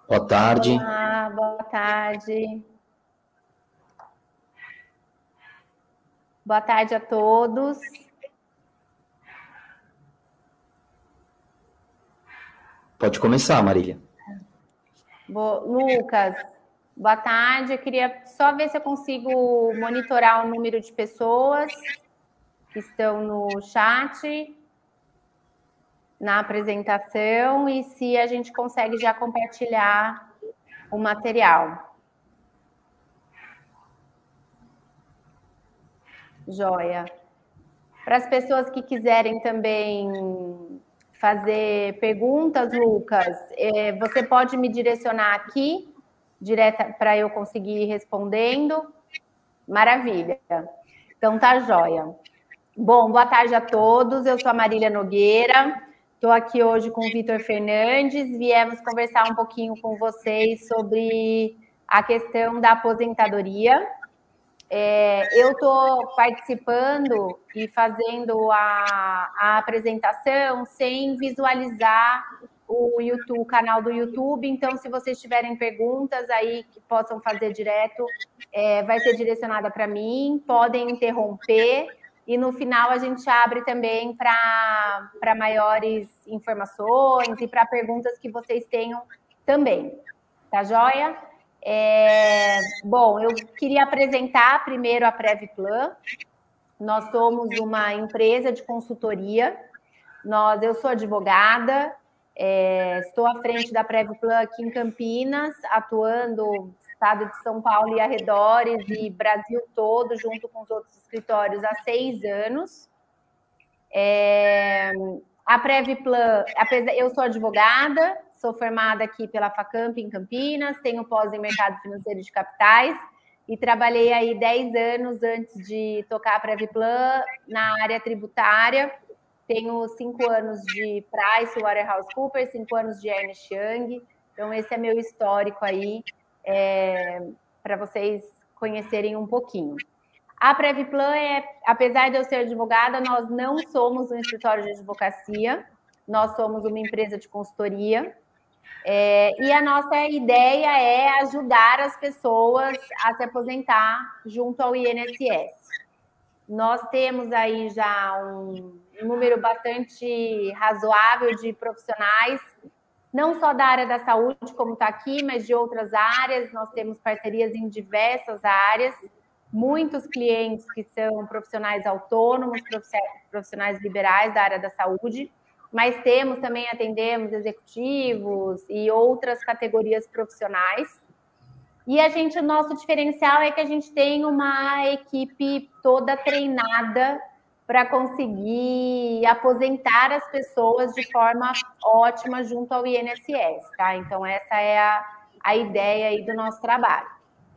Boa tarde. Olá, boa tarde. Boa tarde a todos. Pode começar, Marília. Lucas, boa tarde. Eu queria só ver se eu consigo monitorar o número de pessoas que estão no chat, na apresentação, e se a gente consegue já compartilhar o material. Joia. Para as pessoas que quiserem também fazer perguntas, Lucas, você pode me direcionar aqui, direta, para eu conseguir ir respondendo. Maravilha. Então tá joia. Bom, boa tarde a todos. Eu sou a Marília Nogueira. Estou aqui hoje com o Vitor Fernandes. Viemos conversar um pouquinho com vocês sobre a questão da aposentadoria. Eu estou participando e fazendo a apresentação sem visualizar o canal do YouTube. Então, se vocês tiverem perguntas aí que possam fazer direto, vai ser direcionada para mim. Podem interromper. E no final a gente abre também para maiores informações e para perguntas que vocês tenham também. Tá joia? Bom, eu queria apresentar primeiro a Previplan. Nós somos uma empresa de consultoria. Eu sou advogada, estou à frente da Previplan aqui em Campinas, atuando no estado de São Paulo e arredores e Brasil todo, junto com os outros escritórios, há 6 anos. A Previplan, eu sou advogada, sou formada aqui pela Facamp em Campinas, tenho pós em mercado financeiro de capitais e trabalhei aí 10 anos antes de tocar a Previplan na área tributária. Tenho 5 anos de PricewaterhouseCoopers, 5 anos de Ernst Young. Então, esse é meu histórico aí, para vocês conhecerem um pouquinho. A Previplan, apesar de eu ser advogada, nós não somos um escritório de advocacia, nós somos uma empresa de consultoria. E a nossa ideia é ajudar as pessoas a se aposentar junto ao INSS. Nós temos aí já um número bastante razoável de profissionais, não só da área da saúde, como está aqui, mas de outras áreas. Nós temos parcerias em diversas áreas, muitos clientes que são profissionais autônomos, profissionais liberais da área da saúde, mas atendemos executivos e outras categorias profissionais. E o nosso diferencial é que a gente tem uma equipe toda treinada para conseguir aposentar as pessoas de forma ótima junto ao INSS, tá? Então, essa é a ideia aí do nosso trabalho.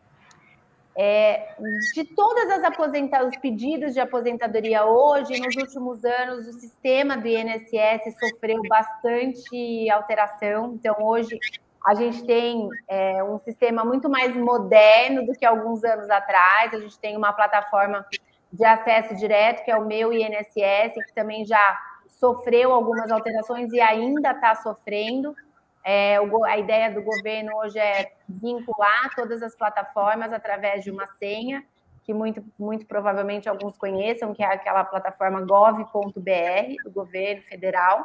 De todas os pedidos de aposentadoria hoje, nos últimos anos, o sistema do INSS sofreu bastante alteração. Então, hoje, a gente tem um sistema muito mais moderno do que alguns anos atrás. A gente tem uma plataforma de acesso direto, que é o Meu INSS, que também já sofreu algumas alterações e ainda está sofrendo. A ideia do governo hoje é vincular todas as plataformas através de uma senha, que muito provavelmente alguns conheçam, que é aquela plataforma gov.br, do governo federal.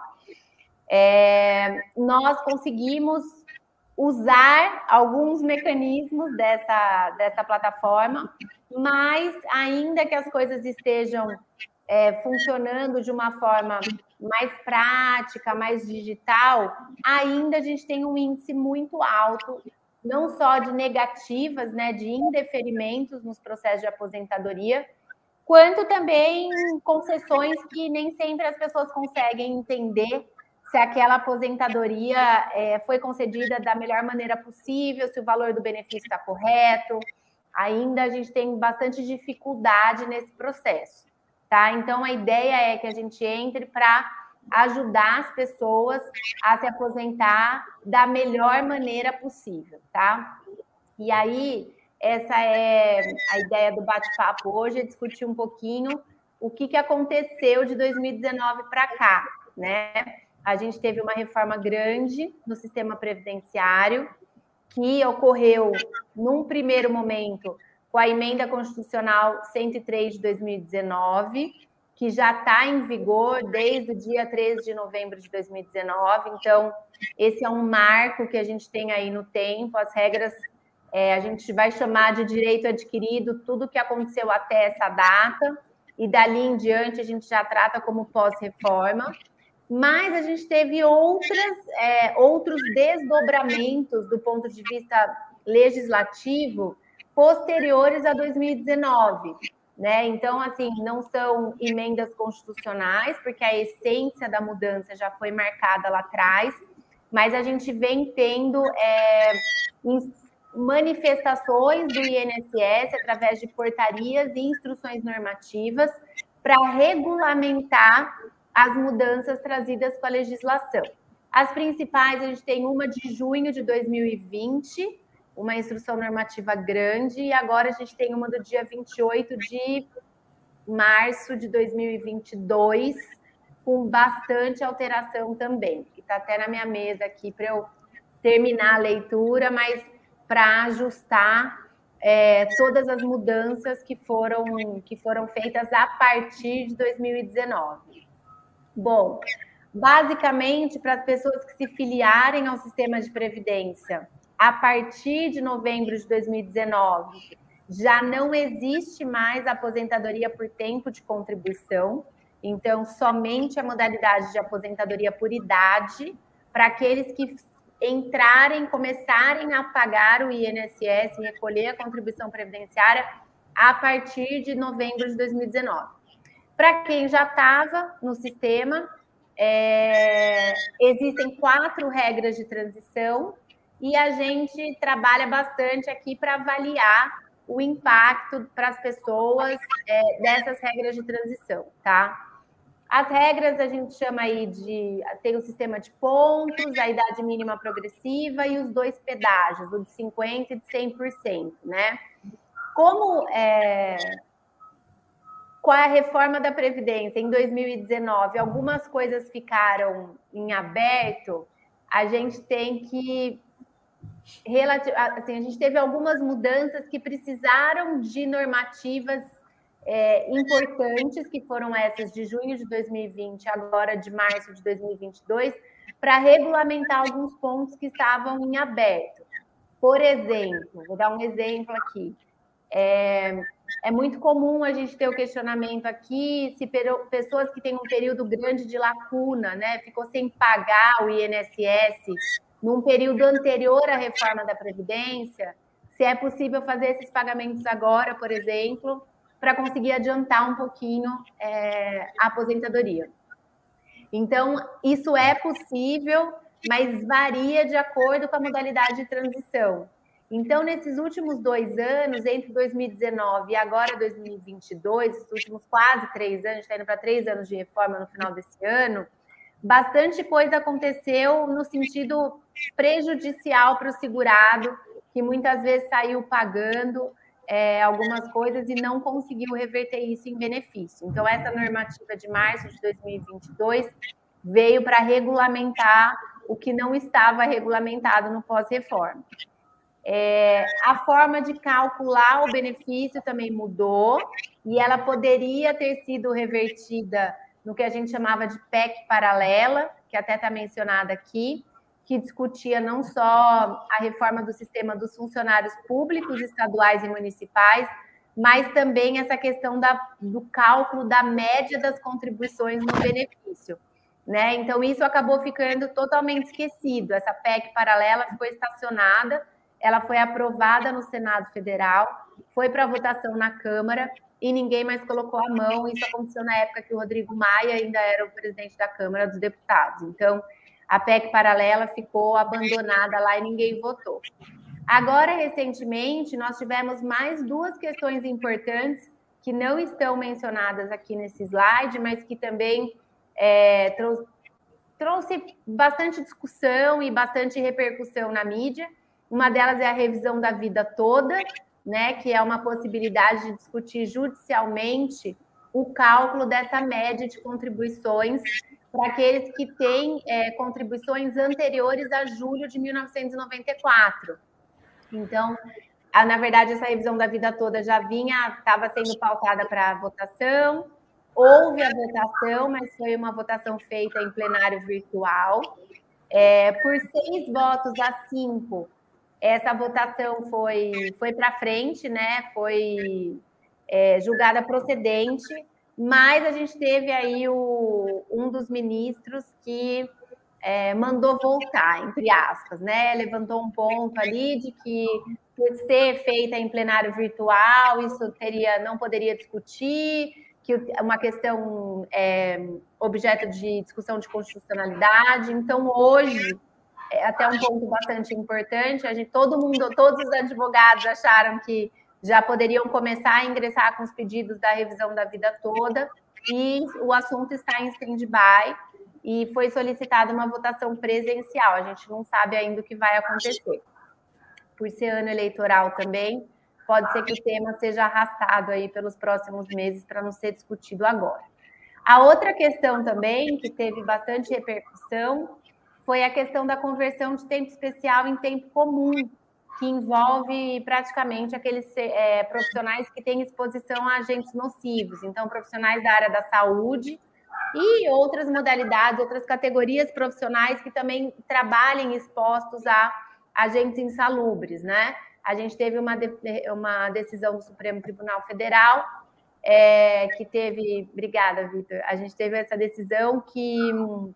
Nós conseguimos usar alguns mecanismos dessa plataforma, mas ainda que as coisas estejam funcionando de uma forma mais prática, mais digital, ainda a gente tem um índice muito alto, não só de negativas, né, de indeferimentos nos processos de aposentadoria, quanto também concessões que nem sempre as pessoas conseguem entender se aquela aposentadoria foi concedida da melhor maneira possível, se o valor do benefício está correto. Ainda a gente tem bastante dificuldade nesse processo. Tá? Então, a ideia é que a gente entre para ajudar as pessoas a se aposentar da melhor maneira possível, tá? E aí, essa é a ideia do bate-papo hoje, é discutir um pouquinho o que aconteceu de 2019 para cá, né? A gente teve uma reforma grande no sistema previdenciário, que ocorreu num primeiro momento com a emenda constitucional 103 de 2019, que já está em vigor desde o dia 13 de novembro de 2019. Então, esse é um marco que a gente tem aí no tempo. As regras, a gente vai chamar de direito adquirido tudo que aconteceu até essa data, e dali em diante a gente já trata como pós-reforma. Mas a gente teve outros desdobramentos do ponto de vista legislativo posteriores a 2019, né? Então, assim, não são emendas constitucionais, porque a essência da mudança já foi marcada lá atrás, mas a gente vem tendo manifestações do INSS através de portarias e instruções normativas para regulamentar as mudanças trazidas com a legislação. As principais, a gente tem uma de junho de 2020, uma instrução normativa grande, e agora a gente tem uma do dia 28 de março de 2022, com bastante alteração também, que está até na minha mesa aqui para eu terminar a leitura, mas para ajustar todas as mudanças que foram feitas a partir de 2019. Bom, basicamente, para as pessoas que se filiarem ao sistema de previdência, a partir de novembro de 2019, já não existe mais aposentadoria por tempo de contribuição, então, somente a modalidade de aposentadoria por idade, para aqueles que começarem a pagar o INSS e recolher a contribuição previdenciária a partir de novembro de 2019. Para quem já estava no sistema, existem 4 regras de transição e a gente trabalha bastante aqui para avaliar o impacto para as pessoas dessas regras de transição, tá? As regras a gente chama aí tem o sistema de pontos, a idade mínima progressiva e os 2 pedágios, o de 50% e de 100%, né? Com a reforma da Previdência em 2019, algumas coisas ficaram em aberto, a gente tem que... Assim, a gente teve algumas mudanças que precisaram de normativas importantes, que foram essas de junho de 2020, agora de março de 2022, para regulamentar alguns pontos que estavam em aberto. Por exemplo, vou dar um exemplo aqui. É muito comum a gente ter o questionamento aqui se pessoas que têm um período grande de lacuna, né, ficou sem pagar o INSS num período anterior à reforma da Previdência, se é possível fazer esses pagamentos agora, por exemplo, para conseguir adiantar um pouquinho a aposentadoria. Então, isso é possível, mas varia de acordo com a modalidade de transição. Então, nesses últimos 2 anos, entre 2019 e agora 2022, esses últimos quase 3 anos, está indo para 3 anos de reforma no final desse ano, bastante coisa aconteceu no sentido prejudicial para o segurado, que muitas vezes saiu pagando algumas coisas e não conseguiu reverter isso em benefício. Então, essa normativa de março de 2022 veio para regulamentar o que não estava regulamentado no pós-reforma. A forma de calcular o benefício também mudou e ela poderia ter sido revertida no que a gente chamava de PEC paralela, que até está mencionada aqui, que discutia não só a reforma do sistema dos funcionários públicos, estaduais e municipais, mas também essa questão do cálculo da média das contribuições no benefício, né? Então, isso acabou ficando totalmente esquecido. Essa PEC paralela ficou estacionada, ela foi aprovada no Senado Federal, foi para votação na Câmara e ninguém mais colocou a mão. Isso aconteceu na época que o Rodrigo Maia ainda era o presidente da Câmara dos Deputados. Então, a PEC paralela ficou abandonada lá e ninguém votou. Agora, recentemente, nós tivemos mais 2 questões importantes que não estão mencionadas aqui nesse slide, mas que também trouxe bastante discussão e bastante repercussão na mídia. Uma delas é a revisão da vida toda, né, que é uma possibilidade de discutir judicialmente o cálculo dessa média de contribuições para aqueles que têm contribuições anteriores a julho de 1994, Então, na verdade, essa revisão da vida toda já estava sendo pautada para votação. Houve a votação, mas foi uma votação feita em plenário virtual. Por 6 votos a 5, essa votação foi para frente, né? Foi julgada procedente, mas a gente teve aí um dos ministros que mandou voltar, entre aspas, né? Levantou um ponto ali de que, por ser feita em plenário virtual, isso não poderia discutir, que uma questão objeto de discussão de constitucionalidade. Então, hoje, até um ponto bastante importante, todos os advogados acharam que já poderiam começar a ingressar com os pedidos da revisão da vida toda, e o assunto está em stand-by, e foi solicitada uma votação presencial. A gente não sabe ainda o que vai acontecer. Por ser ano eleitoral também, pode ser que o tema seja arrastado aí pelos próximos meses para não ser discutido agora. A outra questão também, que teve bastante repercussão, foi a questão da conversão de tempo especial em tempo comum, que envolve praticamente aqueles profissionais que têm exposição a agentes nocivos. Então, profissionais da área da saúde e outras modalidades, outras categorias profissionais que também trabalhem expostos a agentes insalubres, né? A gente teve uma decisão do Supremo Tribunal Federal que teve... Obrigada, Vitor. A gente teve essa decisão que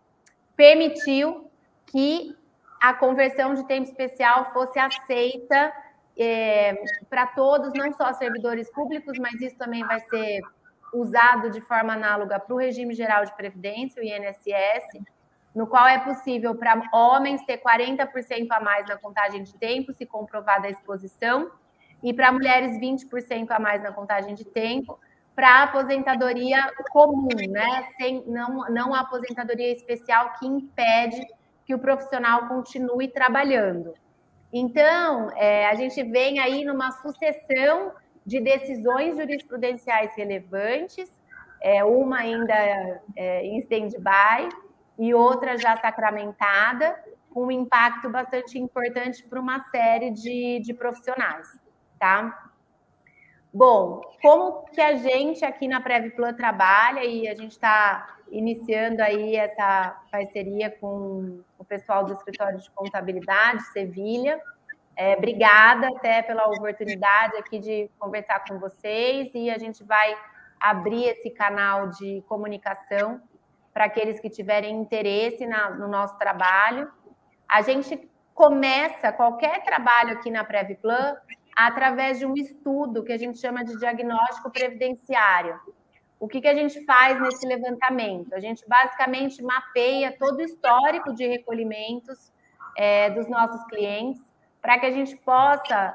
permitiu que a conversão de tempo especial fosse aceita para todos, não só servidores públicos, mas isso também vai ser usado de forma análoga para o regime geral de previdência, o INSS, no qual é possível para homens ter 40% a mais na contagem de tempo, se comprovada a exposição, e para mulheres 20% a mais na contagem de tempo, para a aposentadoria comum, né? Não a aposentadoria especial que impede que o profissional continue trabalhando. Então, a gente vem aí numa sucessão de decisões jurisprudenciais relevantes, uma ainda em stand-by e outra já sacramentada, com um impacto bastante importante para uma série de profissionais, tá? Bom, como que a gente aqui na Previplan trabalha, e a gente está iniciando aí essa parceria com o pessoal do Escritório de Contabilidade, Sevilha. Obrigada até pela oportunidade aqui de conversar com vocês, e a gente vai abrir esse canal de comunicação para aqueles que tiverem interesse no nosso trabalho. A gente começa qualquer trabalho aqui na Previplan através de um estudo que a gente chama de diagnóstico previdenciário. O que a gente faz nesse levantamento? A gente basicamente mapeia todo o histórico de recolhimentos dos nossos clientes, para que a gente possa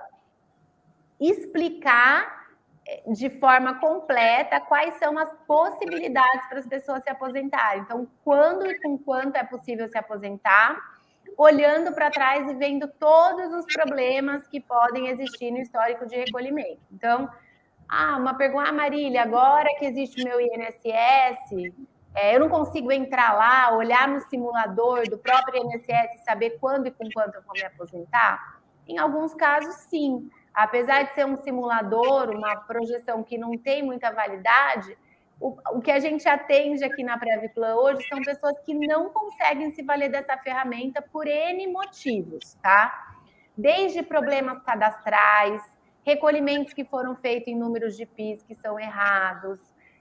explicar de forma completa quais são as possibilidades para as pessoas se aposentarem. Então, quando e com quanto é possível se aposentar, olhando para trás e vendo todos os problemas que podem existir no histórico de recolhimento. Então, uma pergunta, Marília, agora que existe o meu INSS, eu não consigo entrar lá, olhar no simulador do próprio INSS e saber quando e com quanto eu vou me aposentar? Em alguns casos, sim. Apesar de ser um simulador, uma projeção que não tem muita validade, o que a gente atende aqui na Previplan hoje são pessoas que não conseguem se valer dessa ferramenta por N motivos, tá? Desde problemas cadastrais, recolhimentos que foram feitos em números de PIS que são errados,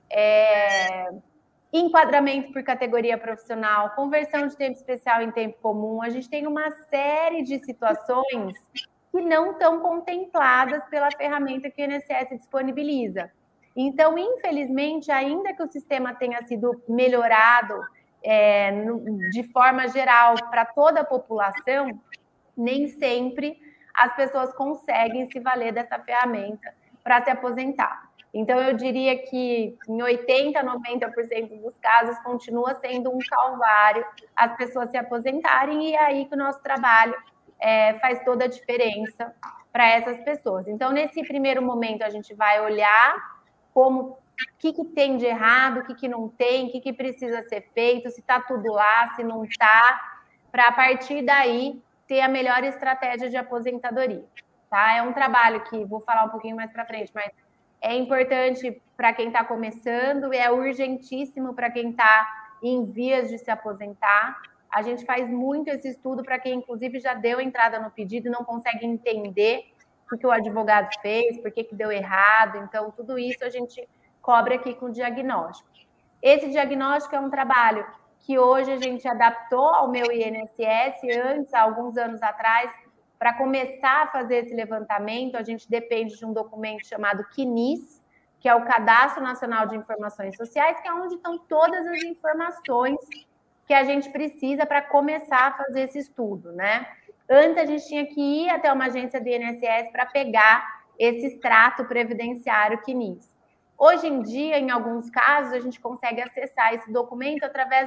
enquadramento por categoria profissional, conversão de tempo especial em tempo comum. A gente tem uma série de situações que não estão contempladas pela ferramenta que o INSS disponibiliza. Então, infelizmente, ainda que o sistema tenha sido melhorado de forma geral para toda a população, nem sempre as pessoas conseguem se valer dessa ferramenta para se aposentar. Então, eu diria que em 80%, 90% dos casos continua sendo um calvário as pessoas se aposentarem, e é aí que o nosso trabalho faz toda a diferença para essas pessoas. Então, nesse primeiro momento, a gente vai olhar o que tem de errado, o que não tem, o que precisa ser feito, se está tudo lá, se não está, para a partir daí ter a melhor estratégia de aposentadoria. tá? É um trabalho que vou falar um pouquinho mais para frente, mas é importante para quem está começando, é urgentíssimo para quem está em vias de se aposentar. A gente faz muito esse estudo para quem, inclusive, já deu entrada no pedido e não consegue entender o que o advogado fez, por que deu errado. Então, tudo isso a gente cobre aqui com o diagnóstico. Esse diagnóstico é um trabalho que hoje a gente adaptou ao meu INSS. Antes, há alguns anos atrás, para começar a fazer esse levantamento, a gente depende de um documento chamado CNIS, que é o Cadastro Nacional de Informações Sociais, que é onde estão todas as informações que a gente precisa para começar a fazer esse estudo, né? Antes a gente tinha que ir até uma agência do INSS para pegar esse extrato previdenciário CNIS. Hoje em dia, em alguns casos, a gente consegue acessar esse documento através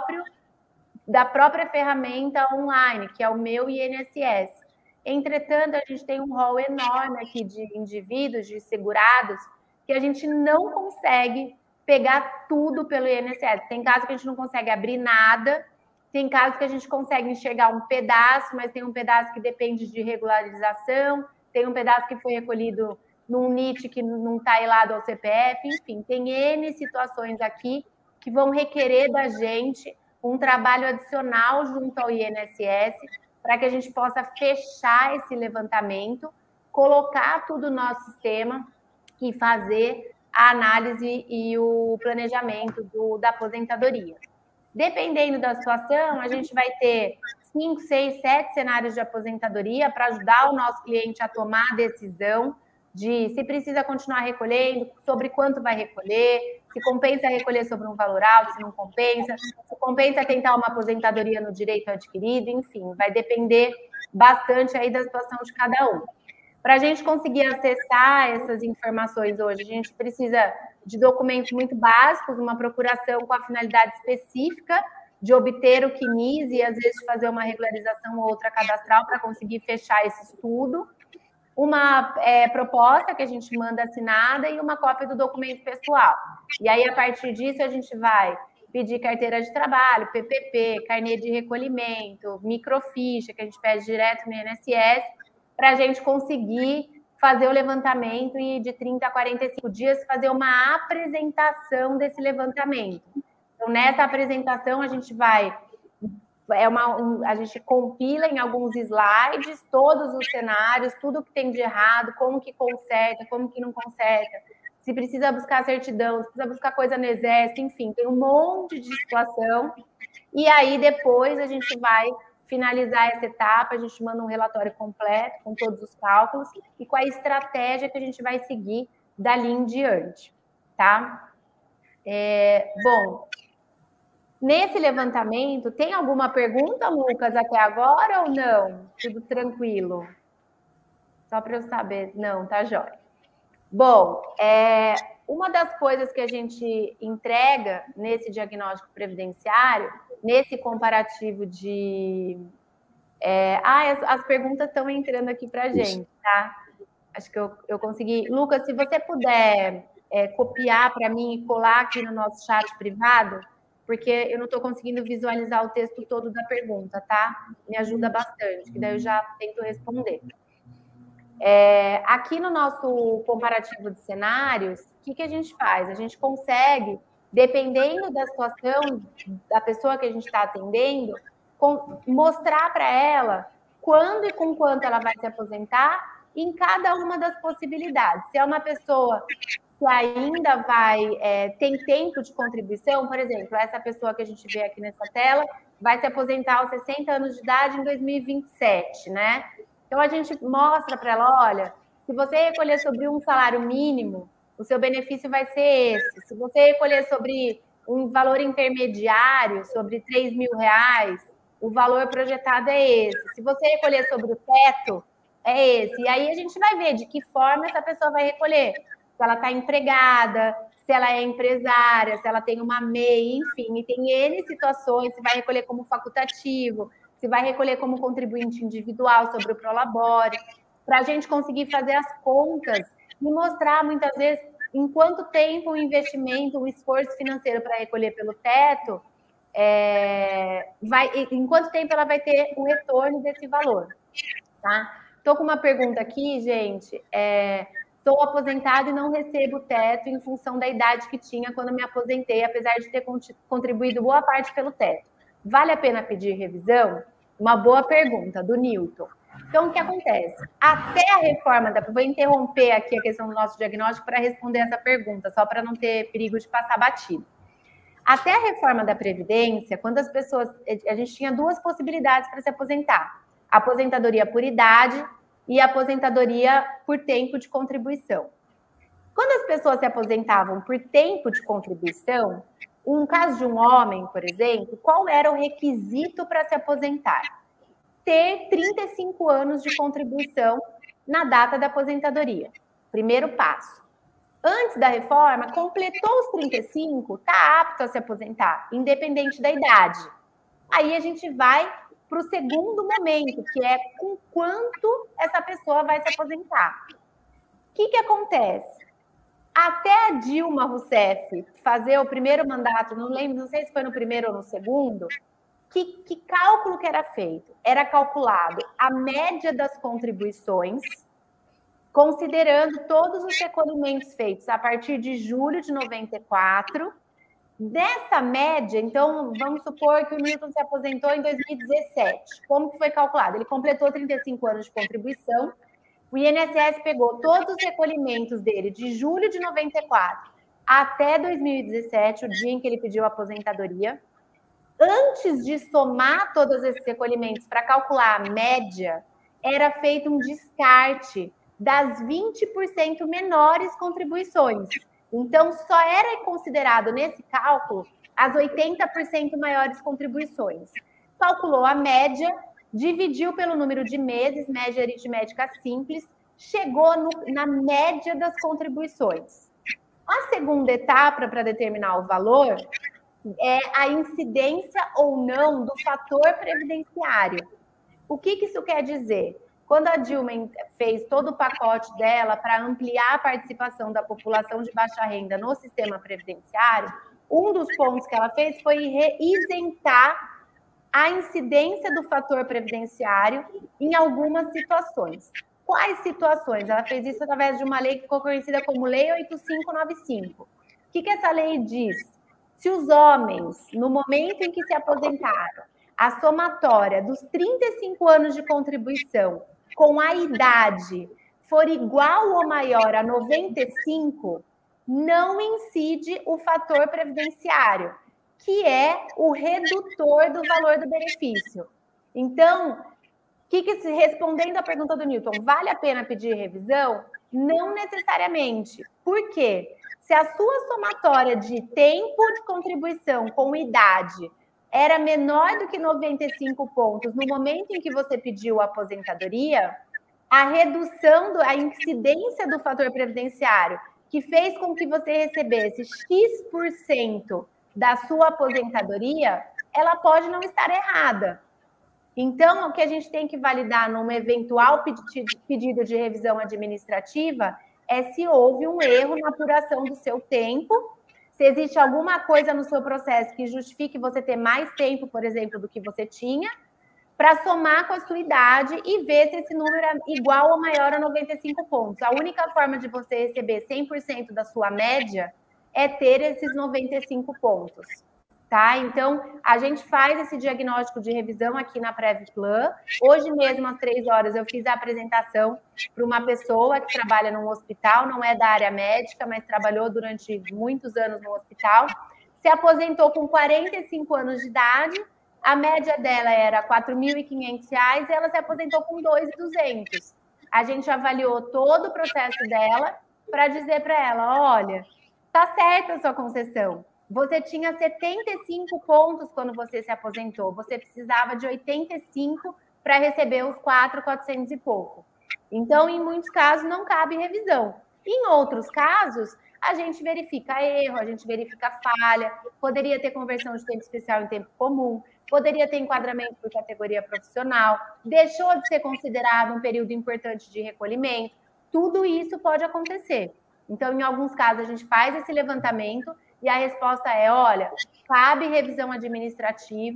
da própria ferramenta online, que é o meu INSS. Entretanto, a gente tem um rol enorme aqui de indivíduos, de segurados, que a gente não consegue pegar tudo pelo INSS. Tem casos que a gente não consegue abrir nada, tem casos que a gente consegue enxergar um pedaço, mas tem um pedaço que depende de regularização, tem um pedaço que foi recolhido num NIT que não está hilado ao CPF, enfim, tem N situações aqui que vão requerer da gente um trabalho adicional junto ao INSS para que a gente possa fechar esse levantamento, colocar tudo no nosso sistema e fazer a análise e o planejamento da aposentadoria. Dependendo da situação, a gente vai ter 5, 6, 7 cenários de aposentadoria para ajudar o nosso cliente a tomar a decisão de se precisa continuar recolhendo, sobre quanto vai recolher, se compensa recolher sobre um valor alto, se não compensa, se compensa tentar uma aposentadoria no direito adquirido, enfim, vai depender bastante aí da situação de cada um. Para a gente conseguir acessar essas informações hoje, a gente precisa de documentos muito básicos, uma procuração com a finalidade específica de obter o CNIS e, às vezes, fazer uma regularização ou outra cadastral para conseguir fechar esse estudo. Uma proposta que a gente manda assinada e uma cópia do documento pessoal. E aí, a partir disso, a gente vai pedir carteira de trabalho, PPP, carnê de recolhimento, microficha, que a gente pede direto no INSS, para a gente conseguir fazer o levantamento e de 30 a 45 dias fazer uma apresentação desse levantamento. Então, nessa apresentação, a gente a gente compila em alguns slides todos os cenários, tudo que tem de errado, como que conserta, como que não conserta, se precisa buscar certidão, se precisa buscar coisa no exército, enfim, tem um monte de situação. E aí, depois, a gente vai finalizar essa etapa, a gente manda um relatório completo com todos os cálculos e com a estratégia que a gente vai seguir dali em diante, tá? Bom, nesse levantamento, tem alguma pergunta, Lucas, até agora ou não? Tudo tranquilo? Só para eu saber. Não, tá jóia. Bom, uma das coisas que a gente entrega nesse diagnóstico previdenciário, nesse comparativo de... as perguntas estão entrando aqui para a gente, tá? Acho que eu consegui. Lucas, se você puder copiar para mim e colar aqui no nosso chat privado, porque eu não estou conseguindo visualizar o texto todo da pergunta, tá? Me ajuda bastante, que daí eu já tento responder. Aqui no nosso comparativo de cenários, o que a gente faz? A gente consegue, dependendo da situação da pessoa que a gente está atendendo, mostrar para ela quando e com quanto ela vai se aposentar em cada uma das possibilidades. Se é uma pessoa que ainda tem tempo de contribuição, por exemplo, essa pessoa que a gente vê aqui nessa tela vai se aposentar aos 60 anos de idade em 2027, né? Então, a gente mostra para ela, olha, se você recolher sobre um salário mínimo, o seu benefício vai ser esse. Se você recolher sobre um valor intermediário, sobre R$3.000, o valor projetado é esse. Se você recolher sobre o teto, é esse. E aí a gente vai ver de que forma essa pessoa vai recolher. Se ela está empregada, se ela é empresária, se ela tem uma MEI, enfim. E tem N situações, se vai recolher como facultativo, se vai recolher como contribuinte individual sobre o Prolabore, para a gente conseguir fazer as contas e mostrar, muitas vezes, em quanto tempo o investimento, o esforço financeiro para recolher pelo teto, em quanto tempo ela vai ter o retorno desse valor, tá? Estou com uma pergunta aqui, gente. Sou aposentado e não recebo teto em função da idade que tinha quando me aposentei, apesar de ter contribuído boa parte pelo teto. Vale a pena pedir revisão? Uma boa pergunta, do Newton. Então, o que acontece? Até a reforma da... Vou interromper aqui a questão do nosso diagnóstico para responder essa pergunta, só para não ter perigo de passar batido. Até a reforma da Previdência, quando as pessoas... A gente tinha duas possibilidades para se aposentar. A aposentadoria por idade e a aposentadoria por tempo de contribuição. Quando as pessoas se aposentavam por tempo de contribuição, um caso de um homem, por exemplo, qual era o requisito para se aposentar? Ter 35 anos de contribuição na data da aposentadoria. Primeiro passo. Antes da reforma, completou os 35, está apto a se aposentar, independente da idade. Aí a gente vai para o segundo momento, que é com quanto essa pessoa vai se aposentar. O que acontece? Até a Dilma Rousseff fazer o primeiro mandato, não lembro, não sei se foi no primeiro ou no segundo, que cálculo que era feito? Era calculado a média das contribuições, considerando todos os recolhimentos feitos a partir de julho de 94. Dessa média, então, vamos supor que o Newton se aposentou em 2017. Como que foi calculado? Ele completou 35 anos de contribuição, o INSS pegou todos os recolhimentos dele de julho de 94 até 2017, o dia em que ele pediu a aposentadoria. Antes de somar todos esses recolhimentos para calcular a média, era feito um descarte das 20% menores contribuições. Então, só era considerado nesse cálculo as 80% maiores contribuições. Calculou a média, dividiu pelo número de meses, média aritmética simples, chegou na média das contribuições. A segunda etapa para determinar o valor é a incidência ou não do fator previdenciário. O que isso quer dizer? Quando a Dilma fez todo o pacote dela para ampliar a participação da população de baixa renda no sistema previdenciário, um dos pontos que ela fez foi isentar a incidência do fator previdenciário em algumas situações. Quais situações? Ela fez isso através de uma lei que ficou conhecida como Lei 8595. O que essa lei diz? Se os homens, no momento em que se aposentaram, a somatória dos 35 anos de contribuição com a idade for igual ou maior a 95, não incide o fator previdenciário, que é o redutor do valor do benefício. Então, respondendo à pergunta do Newton, vale a pena pedir revisão? Não necessariamente. Por quê? Se a sua somatória de tempo de contribuição com idade era menor do que 95 pontos no momento em que você pediu a aposentadoria, a redução, a incidência do fator previdenciário, que fez com que você recebesse X% da sua aposentadoria, ela pode não estar errada. Então, o que a gente tem que validar num eventual pedido de revisão administrativa é se houve um erro na apuração do seu tempo, se existe alguma coisa no seu processo que justifique você ter mais tempo, por exemplo, do que você tinha, para somar com a sua idade e ver se esse número é igual ou maior a 95 pontos. A única forma de você receber 100% da sua média é ter esses 95 pontos. Tá? Então, a gente faz esse diagnóstico de revisão aqui na Previplan. Hoje mesmo, às 3 horas, eu fiz a apresentação para uma pessoa que trabalha num hospital, não é da área médica, mas trabalhou durante muitos anos no hospital. Se aposentou com 45 anos de idade, a média dela era R$ 4.500 e ela se aposentou com 2.200. A gente avaliou todo o processo dela para dizer para ela, olha, tá certa a sua concessão. Você tinha 75 pontos quando você se aposentou. Você precisava de 85 para receber os 4.400 e pouco. Então, em muitos casos, não cabe revisão. Em outros casos, a gente verifica erro, a gente verifica falha, poderia ter conversão de tempo especial em tempo comum, poderia ter enquadramento por categoria profissional, deixou de ser considerado um período importante de recolhimento. Tudo isso pode acontecer. Então, em alguns casos, a gente faz esse levantamento e a resposta é, olha, cabe revisão administrativa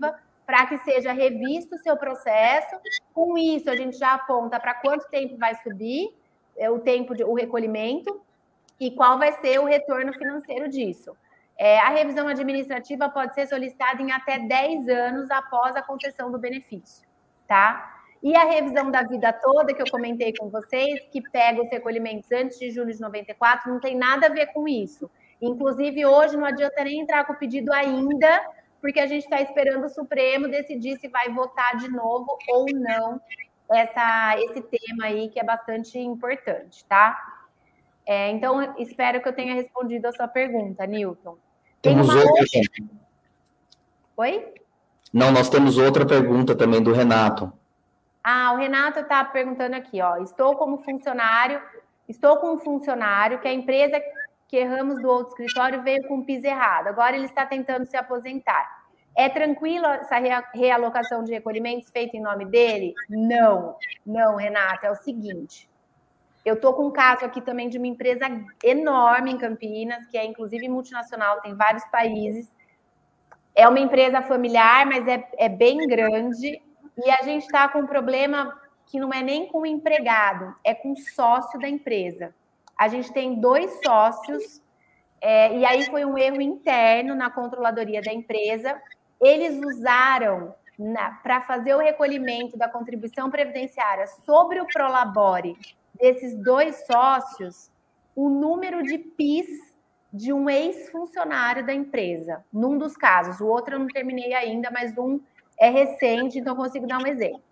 para que seja revisto o seu processo. Com isso, a gente já aponta para quanto tempo vai subir o recolhimento e qual vai ser o retorno financeiro disso. A revisão administrativa pode ser solicitada em até 10 anos após a concessão do benefício, tá? E a revisão da vida toda, que eu comentei com vocês, que pega os recolhimentos antes de julho de 94, não tem nada a ver com isso. Inclusive, hoje não adianta nem entrar com o pedido ainda, porque a gente está esperando o Supremo decidir se vai votar de novo ou não esse tema aí, que é bastante importante, tá? Então, espero que eu tenha respondido a sua pergunta, Newton. Temos outra. Oi? Não, nós temos outra pergunta também do Renato. O Renato está perguntando aqui, ó. Estou com um funcionário que a empresa que erramos do outro escritório veio com o PIS errado. Agora ele está tentando se aposentar. É tranquilo essa realocação de recolhimentos feita em nome dele? Não, Renato. É o seguinte. Eu estou com um caso aqui também de uma empresa enorme em Campinas, que é inclusive multinacional, tem vários países. É uma empresa familiar, mas é bem grande. E a gente está com um problema que não é nem com o empregado, é com o sócio da empresa. A gente tem 2 sócios, e aí foi um erro interno na controladoria da empresa. Eles usaram, para fazer o recolhimento da contribuição previdenciária sobre o Prolabore desses 2 sócios, o número de PIS de um ex-funcionário da empresa. Num dos casos, o outro eu não terminei ainda, mas um é recente, então consigo dar um exemplo.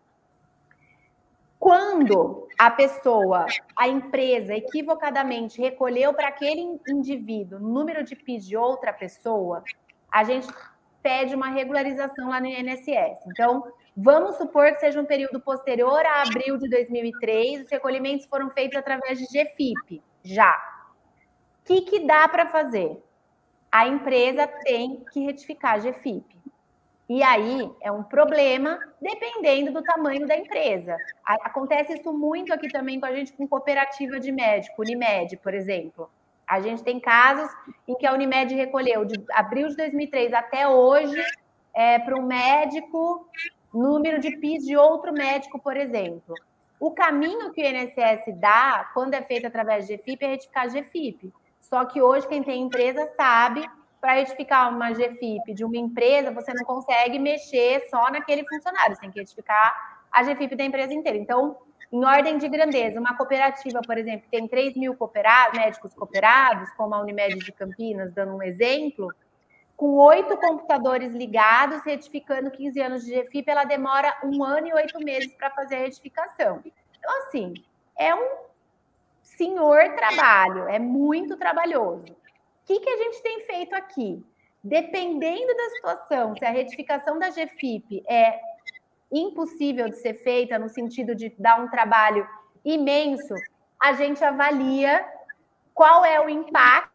Quando a empresa, equivocadamente recolheu para aquele indivíduo o número de PIS de outra pessoa, a gente pede uma regularização lá no INSS. Então, vamos supor que seja um período posterior a abril de 2003, os recolhimentos foram feitos através de GFIP, já. O que dá para fazer? A empresa tem que retificar a GFIP. E aí é um problema dependendo do tamanho da empresa. Acontece isso muito aqui também com a gente com cooperativa de médico, Unimed, por exemplo. A gente tem casos em que a Unimed recolheu de abril de 2003 até hoje para um médico, número de PIS de outro médico, por exemplo. O caminho que o INSS dá, quando é feito através de GFIP, é retificar a GFIP. Só que hoje quem tem empresa sabe, para retificar uma GFIP de uma empresa, você não consegue mexer só naquele funcionário, você tem que retificar a GFIP da empresa inteira. Então, em ordem de grandeza, uma cooperativa, por exemplo, que tem 3 mil médicos cooperados, como a Unimed de Campinas, dando um exemplo, com 8 computadores ligados, retificando 15 anos de GFIP, ela demora 1 ano e 8 meses para fazer a retificação. Então, assim, é um senhor trabalho, é muito trabalhoso. O que a gente tem feito aqui? Dependendo da situação, se a retificação da GFIP é impossível de ser feita, no sentido de dar um trabalho imenso, a gente avalia qual é o impacto,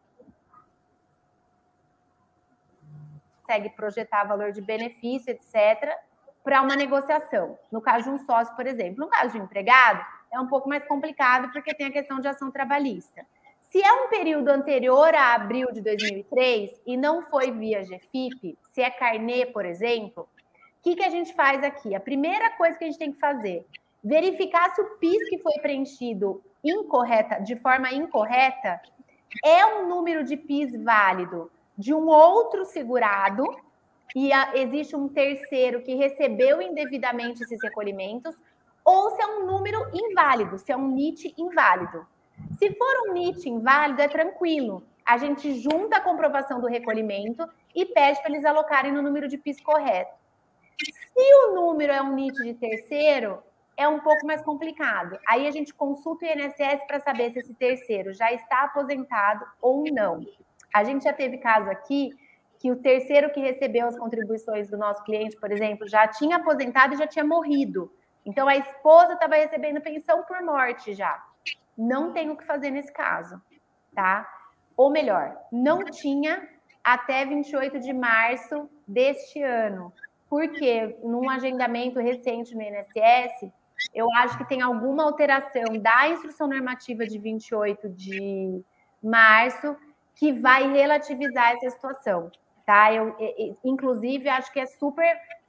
consegue projetar valor de benefício, etc., para uma negociação. No caso de um sócio, por exemplo. No caso de um empregado, é um pouco mais complicado, porque tem a questão de ação trabalhista. Se é um período anterior a abril de 2003 e não foi via GFIP, se é carnê, por exemplo, o que a gente faz aqui? A primeira coisa que a gente tem que fazer, verificar se o PIS que foi preenchido de forma incorreta é um número de PIS válido de um outro segurado e existe um terceiro que recebeu indevidamente esses recolhimentos, ou se é um número inválido, se é um NIT inválido. Se for um NIT inválido, é tranquilo. A gente junta a comprovação do recolhimento e pede para eles alocarem no número de PIS correto. Se o número é um NIT de terceiro, é um pouco mais complicado. Aí a gente consulta o INSS para saber se esse terceiro já está aposentado ou não. A gente já teve caso aqui que o terceiro que recebeu as contribuições do nosso cliente, por exemplo, já tinha aposentado e já tinha morrido. Então, a esposa estava recebendo pensão por morte já. Não tem o que fazer nesse caso, tá? Ou melhor, não tinha até 28 de março deste ano. Porque num agendamento recente no INSS, eu acho que tem alguma alteração da instrução normativa de 28 de março que vai relativizar essa situação, tá? Eu, inclusive, acho que é super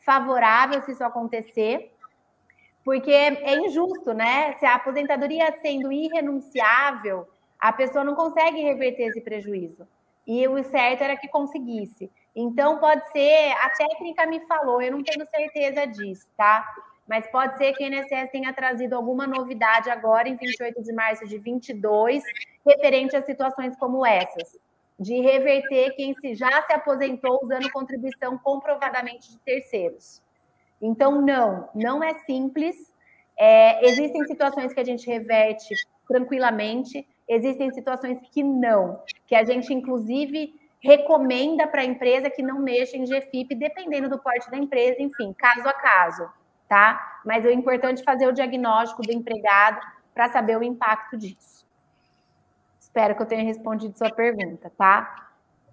favorável se isso acontecer, porque é injusto, né? Se a aposentadoria sendo irrenunciável, a pessoa não consegue reverter esse prejuízo. E o certo era que conseguisse. Então, pode ser, a técnica me falou, eu não tenho certeza disso, tá? Mas pode ser que o INSS tenha trazido alguma novidade agora, em 28 de março de 22, referente a situações como essas, de reverter quem já se aposentou usando contribuição comprovadamente de terceiros. Então, não é simples. Existem situações que a gente reverte tranquilamente, existem situações que não, que a gente, inclusive, recomenda para a empresa que não mexa em GFIP, dependendo do porte da empresa, enfim, caso a caso, tá? Mas é importante fazer o diagnóstico do empregado para saber o impacto disso. Espero que eu tenha respondido sua pergunta, tá?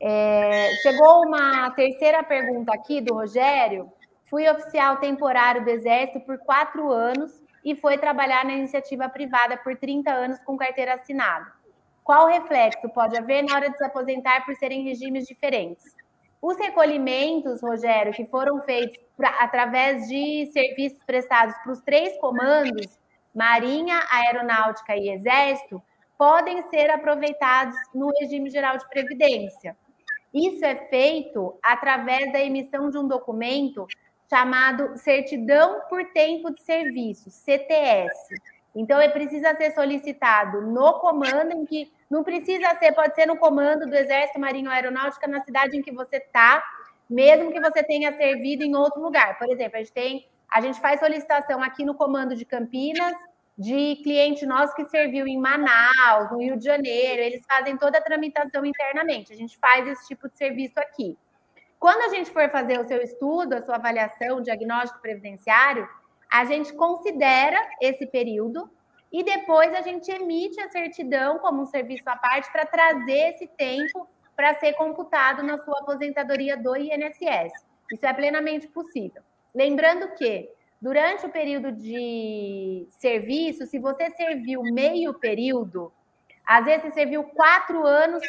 Chegou uma terceira pergunta aqui do Rogério. Fui oficial temporário do Exército por 4 anos e foi trabalhar na iniciativa privada por 30 anos com carteira assinada. Qual reflexo pode haver na hora de se aposentar por serem regimes diferentes? Os recolhimentos, Rogério, que foram feitos através de serviços prestados para os 3 comandos, Marinha, Aeronáutica e Exército, podem ser aproveitados no regime geral de previdência. Isso é feito através da emissão de um documento chamado Certidão por Tempo de Serviço, CTS. Então, precisa ser solicitado no comando, em que não precisa ser, pode ser no comando do Exército, Marinha ou Aeronáutica, na cidade em que você está, mesmo que você tenha servido em outro lugar. Por exemplo, a gente faz solicitação aqui no comando de Campinas, de cliente nosso que serviu em Manaus, no Rio de Janeiro, eles fazem toda a tramitação internamente. A gente faz esse tipo de serviço aqui. Quando a gente for fazer o seu estudo, a sua avaliação, o diagnóstico previdenciário, a gente considera esse período e depois a gente emite a certidão como um serviço à parte para trazer esse tempo para ser computado na sua aposentadoria do INSS. Isso é plenamente possível. Lembrando que, durante o período de serviço, se você serviu meio período, às vezes você serviu 4 anos,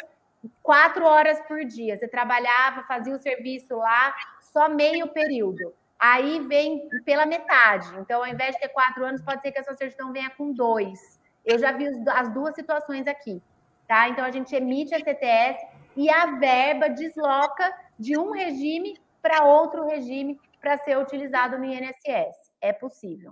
4 horas por dia. Você trabalhava, fazia o serviço lá, só meio período. Aí vem pela metade. Então, ao invés de ter 4 anos, pode ser que a sua certidão venha com 2. Eu já vi as duas situações aqui, tá? Então, a gente emite a CTS e a verba desloca de um regime para outro regime para ser utilizado no INSS. É possível.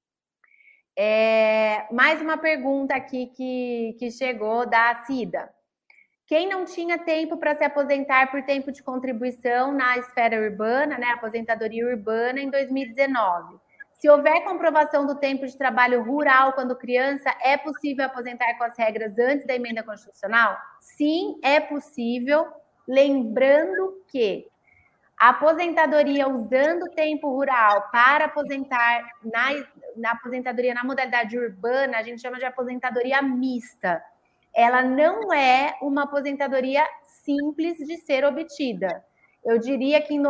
Mais uma pergunta aqui que chegou da Cida. Quem não tinha tempo para se aposentar por tempo de contribuição na esfera urbana, né, aposentadoria urbana, em 2019, se houver comprovação do tempo de trabalho rural quando criança, é possível aposentar com as regras antes da emenda constitucional? Sim, é possível, lembrando que a aposentadoria usando o tempo rural para aposentar na aposentadoria na modalidade urbana, a gente chama de aposentadoria mista. Ela não é uma aposentadoria simples de ser obtida. Eu diria que em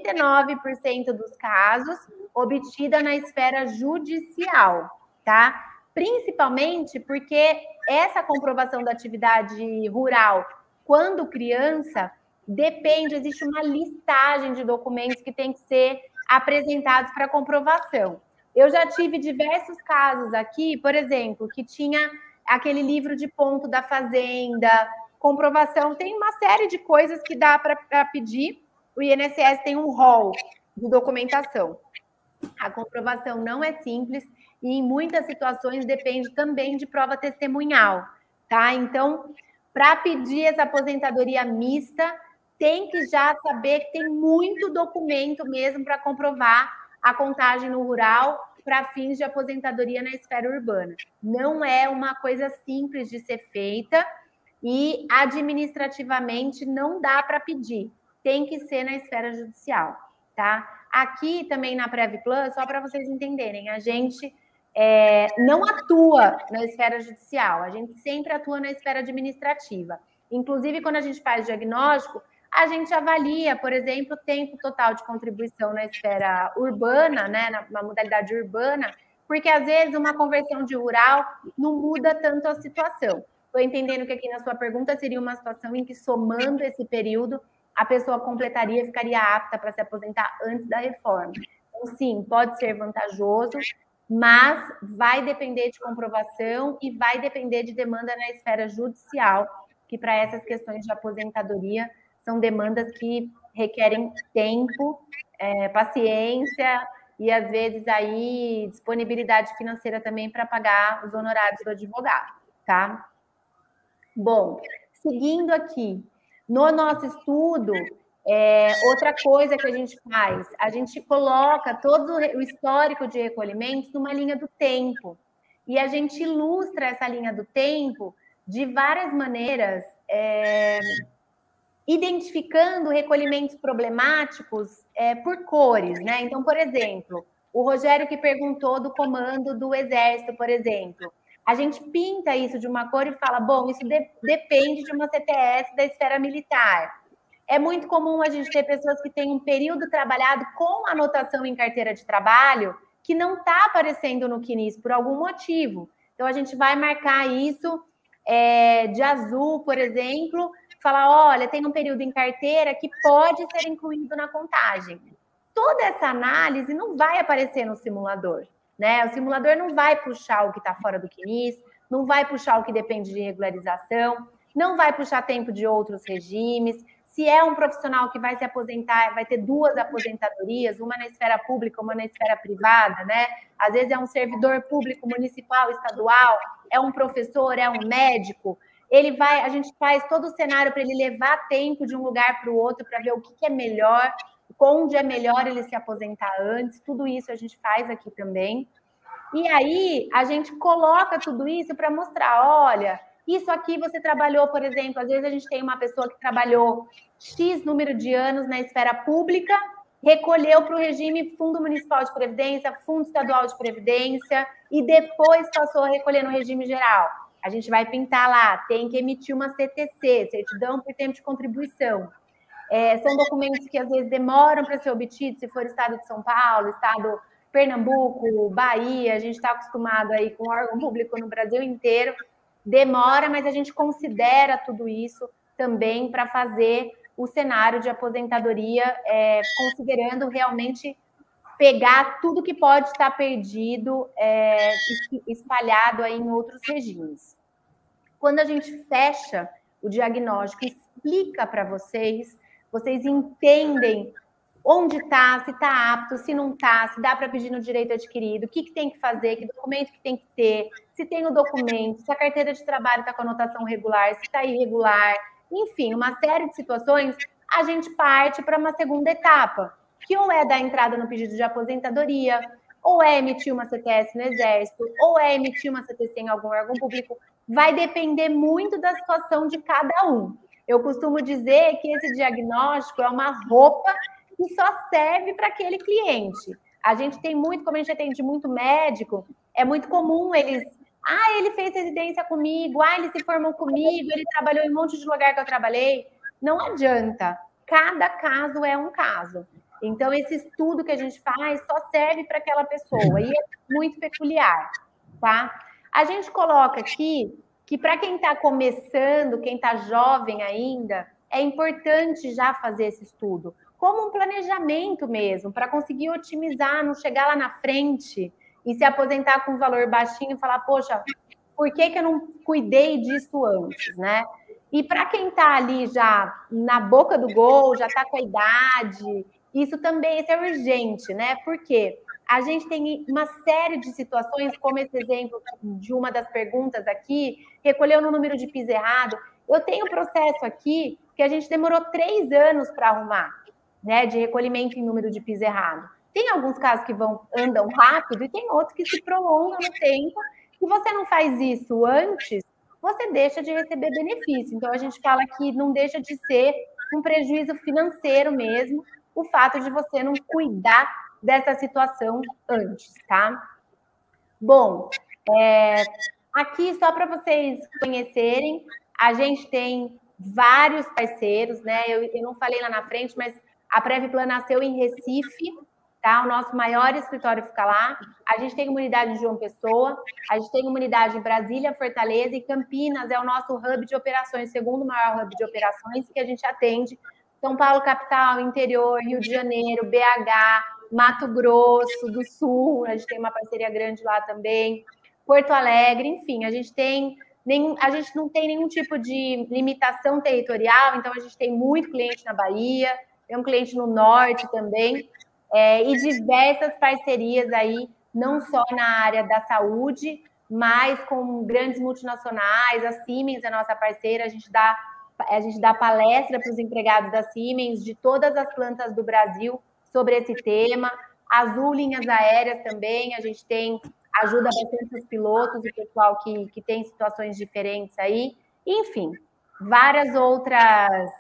99% dos casos, obtida na esfera judicial, tá? Principalmente porque essa comprovação da atividade rural, quando criança, depende, existe uma listagem de documentos que tem que ser apresentados para comprovação. Eu já tive diversos casos aqui, por exemplo, que tinha aquele livro de ponto da fazenda, comprovação, tem uma série de coisas que dá para pedir. O INSS tem um rol de documentação. A comprovação não é simples e em muitas situações depende também de prova testemunhal, tá? Então, para pedir essa aposentadoria mista, tem que já saber que tem muito documento mesmo para comprovar a contagem no rural para fins de aposentadoria na esfera urbana. Não é uma coisa simples de ser feita e administrativamente não dá para pedir. Tem que ser na esfera judicial, tá? Aqui também na PrevPlan, só para vocês entenderem, a gente não atua na esfera judicial, a gente sempre atua na esfera administrativa. Inclusive, quando a gente faz diagnóstico, a gente avalia, por exemplo, o tempo total de contribuição na esfera urbana, né, na modalidade urbana, porque às vezes uma conversão de rural não muda tanto a situação. Estou entendendo que aqui na sua pergunta seria uma situação em que, somando esse período, a pessoa completaria e ficaria apta para se aposentar antes da reforma. Então, sim, pode ser vantajoso, mas vai depender de comprovação e vai depender de demanda na esfera judicial, que para essas questões de aposentadoria são demandas que requerem tempo, paciência e, às vezes, aí disponibilidade financeira também para pagar os honorários do advogado, tá? Bom, seguindo aqui, no nosso estudo, outra coisa que a gente faz, a gente coloca todo o histórico de recolhimentos numa linha do tempo. E a gente ilustra essa linha do tempo de várias maneiras, identificando recolhimentos problemáticos por cores, né? Então, por exemplo, o Rogério que perguntou do comando do Exército, por exemplo. A gente pinta isso de uma cor e fala, bom, isso depende de uma CTS da esfera militar. É muito comum a gente ter pessoas que têm um período trabalhado com anotação em carteira de trabalho que não está aparecendo no CNIS por algum motivo. Então, a gente vai marcar isso de azul, por exemplo, falar, olha, tem um período em carteira que pode ser incluído na contagem. Toda essa análise não vai aparecer no simulador, né? O simulador não vai puxar o que está fora do CNIS, não vai puxar o que depende de regularização, não vai puxar tempo de outros regimes. Se é um profissional que vai se aposentar, vai ter 2 aposentadorias, uma na esfera pública, uma na esfera privada, né? Às vezes é um servidor público municipal, estadual, é um professor, é um médico. A gente faz todo o cenário para ele levar tempo de um lugar para o outro para ver o que é melhor, onde é melhor ele se aposentar antes, tudo isso a gente faz aqui também. E aí a gente coloca tudo isso para mostrar, olha, isso aqui você trabalhou, por exemplo, às vezes a gente tem uma pessoa que trabalhou X número de anos na esfera pública, recolheu para o regime Fundo Municipal de Previdência, Fundo Estadual de Previdência, e depois passou a recolher no regime geral. A gente vai pintar lá, tem que emitir uma CTC, Certidão por Tempo de Contribuição. São documentos que às vezes demoram para ser obtidos, se for estado de São Paulo, estado Pernambuco, Bahia, a gente está acostumado aí com órgão público no Brasil inteiro, demora, mas a gente considera tudo isso também para fazer o cenário de aposentadoria, considerando realmente pegar tudo que pode estar perdido, espalhado aí em outros regimes. Quando a gente fecha o diagnóstico, explica para vocês entendem onde está, se está apto, se não está, se dá para pedir no direito adquirido, o que tem que fazer, que documento que tem que ter, se tem o documento, se a carteira de trabalho está com anotação regular, se está irregular, enfim, uma série de situações, a gente parte para uma segunda etapa, que ou é dar entrada no pedido de aposentadoria, ou é emitir uma CTS no Exército, ou é emitir uma CTC em algum órgão público, vai depender muito da situação de cada um. Eu costumo dizer que esse diagnóstico é uma roupa que só serve para aquele cliente. A gente tem muito, como a gente atende muito médico, é muito comum eles... ele fez residência comigo, ele se formou comigo, ele trabalhou em um monte de lugar que eu trabalhei. Não adianta. Cada caso é um caso. Então, esse estudo que a gente faz só serve para aquela pessoa. E é muito peculiar, tá? A gente coloca aqui que para quem está começando, quem está jovem ainda, é importante já fazer esse estudo, como um planejamento mesmo, para conseguir otimizar, não chegar lá na frente e se aposentar com um valor baixinho e falar, poxa, por que eu não cuidei disso antes, né? E para quem está ali já na boca do gol, já está com a idade, isso também é urgente, né? Por quê? A gente tem uma série de situações, como esse exemplo de uma das perguntas aqui, recolheu no número de PIS errado. Eu tenho um processo aqui que a gente demorou 3 anos para arrumar, né, de recolhimento em número de PIS errado. Tem alguns casos que andam rápido e tem outros que se prolongam no tempo. Se você não faz isso antes, você deixa de receber benefício. Então, a gente fala que não deixa de ser um prejuízo financeiro mesmo, o fato de você não cuidar dessa situação antes, tá? Bom, aqui só para vocês conhecerem, a gente tem vários parceiros, né? Eu não falei lá na frente, mas a Previplan nasceu em Recife, tá? O nosso maior escritório fica lá. A gente tem uma unidade em João Pessoa, a gente tem uma unidade em Brasília, Fortaleza e Campinas é o nosso hub de operações, segundo maior hub de operações que a gente atende. São Paulo, capital, interior, Rio de Janeiro, BH, Mato Grosso do Sul, a gente tem uma parceria grande lá também, Porto Alegre, enfim, a gente não tem nenhum tipo de limitação territorial, então a gente tem muito cliente na Bahia, tem um cliente no Norte também, e diversas parcerias aí, não só na área da saúde, mas com grandes multinacionais. A Siemens é nossa parceira, a gente dá palestra para os empregados da Siemens de todas as plantas do Brasil sobre esse tema. Azul Linhas Aéreas também, a gente ajuda bastante os pilotos e o pessoal que tem situações diferentes aí. Enfim, várias outras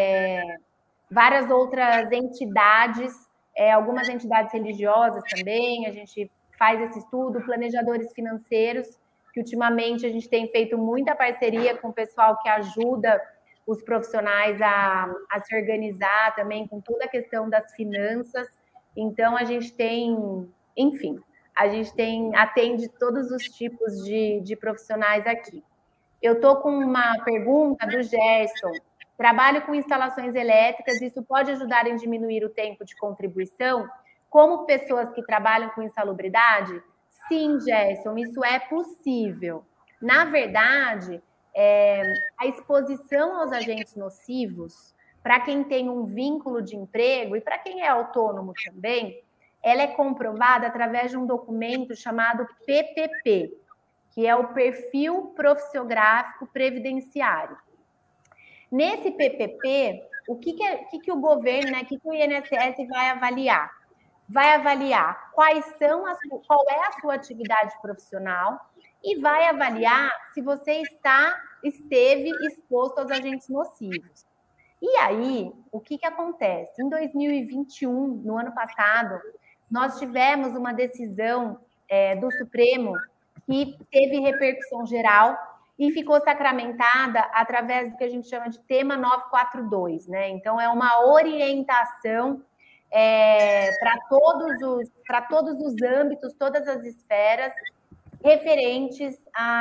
entidades, algumas entidades religiosas também, a gente faz esse estudo, planejadores financeiros, que ultimamente a gente tem feito muita parceria com o pessoal que ajuda os profissionais a se organizar também com toda a questão das finanças. Então, a gente tem, enfim, atende todos os tipos de profissionais aqui. Eu estou com uma pergunta do Gerson. Trabalho com instalações elétricas, isso pode ajudar em diminuir o tempo de contribuição? Como pessoas que trabalham com insalubridade? Sim, Gerson, isso é possível. Na verdade, a exposição aos agentes nocivos, para quem tem um vínculo de emprego e para quem é autônomo também, ela é comprovada através de um documento chamado PPP, que é o Perfil Profissiográfico Previdenciário. Nesse PPP, o que o governo, né, o que o INSS vai avaliar? Vai avaliar qual é a sua atividade profissional e vai avaliar se você esteve exposto aos agentes nocivos. E aí, o que acontece? Em 2021, no ano passado, nós tivemos uma decisão do Supremo que teve repercussão geral e ficou sacramentada através do que a gente chama de tema 942, né? Então, é uma orientação para todos os âmbitos, todas as esferas, referentes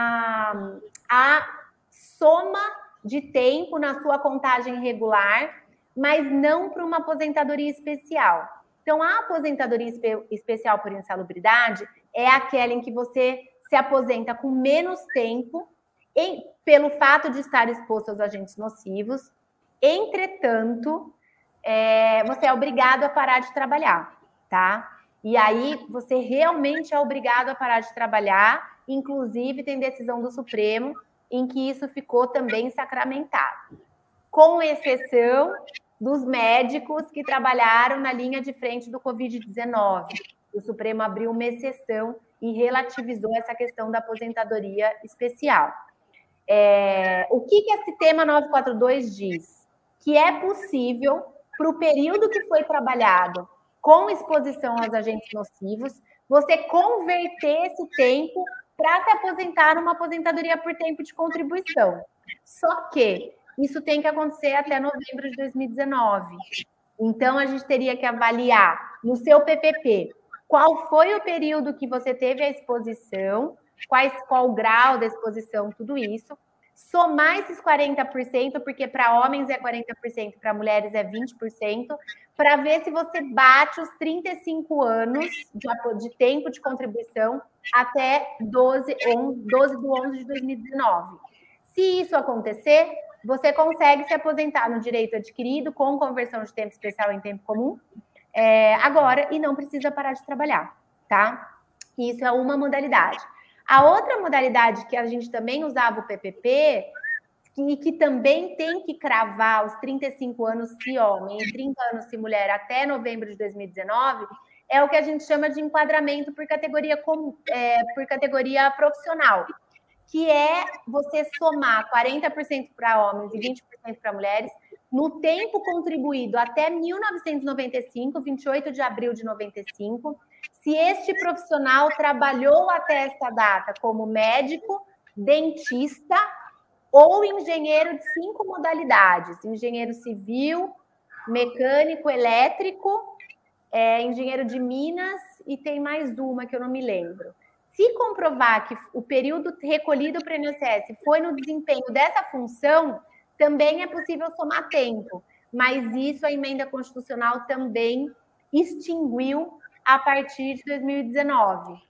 à soma de tempo na sua contagem regular, mas não para uma aposentadoria especial. Então, a aposentadoria especial por insalubridade é aquela em que você se aposenta com menos tempo, pelo fato de estar exposto aos agentes nocivos. Entretanto, você é obrigado a parar de trabalhar, tá? E aí, você realmente é obrigado a parar de trabalhar, inclusive tem decisão do Supremo em que isso ficou também sacramentado, com exceção dos médicos que trabalharam na linha de frente do Covid-19. O Supremo abriu uma exceção e relativizou essa questão da aposentadoria especial. O que esse tema 942 diz? Que é possível, para o período que foi trabalhado com exposição aos agentes nocivos, você converter esse tempo para se aposentar numa aposentadoria por tempo de contribuição. Só que isso tem que acontecer até novembro de 2019. Então, a gente teria que avaliar no seu PPP qual foi o período que você teve a exposição, qual o grau da exposição, tudo isso. Somar esses 40%, porque para homens é 40%, para mulheres é 20%, para ver se você bate os 35 anos de tempo de contribuição até 12 de 11 de 2019. Se isso acontecer, você consegue se aposentar no direito adquirido com conversão de tempo especial em tempo comum agora e não precisa parar de trabalhar, tá? Isso é uma modalidade. A outra modalidade que a gente também usava o PPP, e que também tem que cravar os 35 anos se homem e 30 anos se mulher até novembro de 2019, é o que a gente chama de enquadramento por categoria profissional, que é você somar 40% para homens e 20% para mulheres no tempo contribuído até 1995, 28 de abril de 95, se este profissional trabalhou até esta data como médico, dentista ou engenheiro de 5 modalidades: engenheiro civil, mecânico, elétrico, engenheiro de Minas e tem mais uma que eu não me lembro. Se comprovar que o período recolhido para o INSS foi no desempenho dessa função, também é possível somar tempo, mas isso a emenda constitucional também extinguiu a partir de 2019.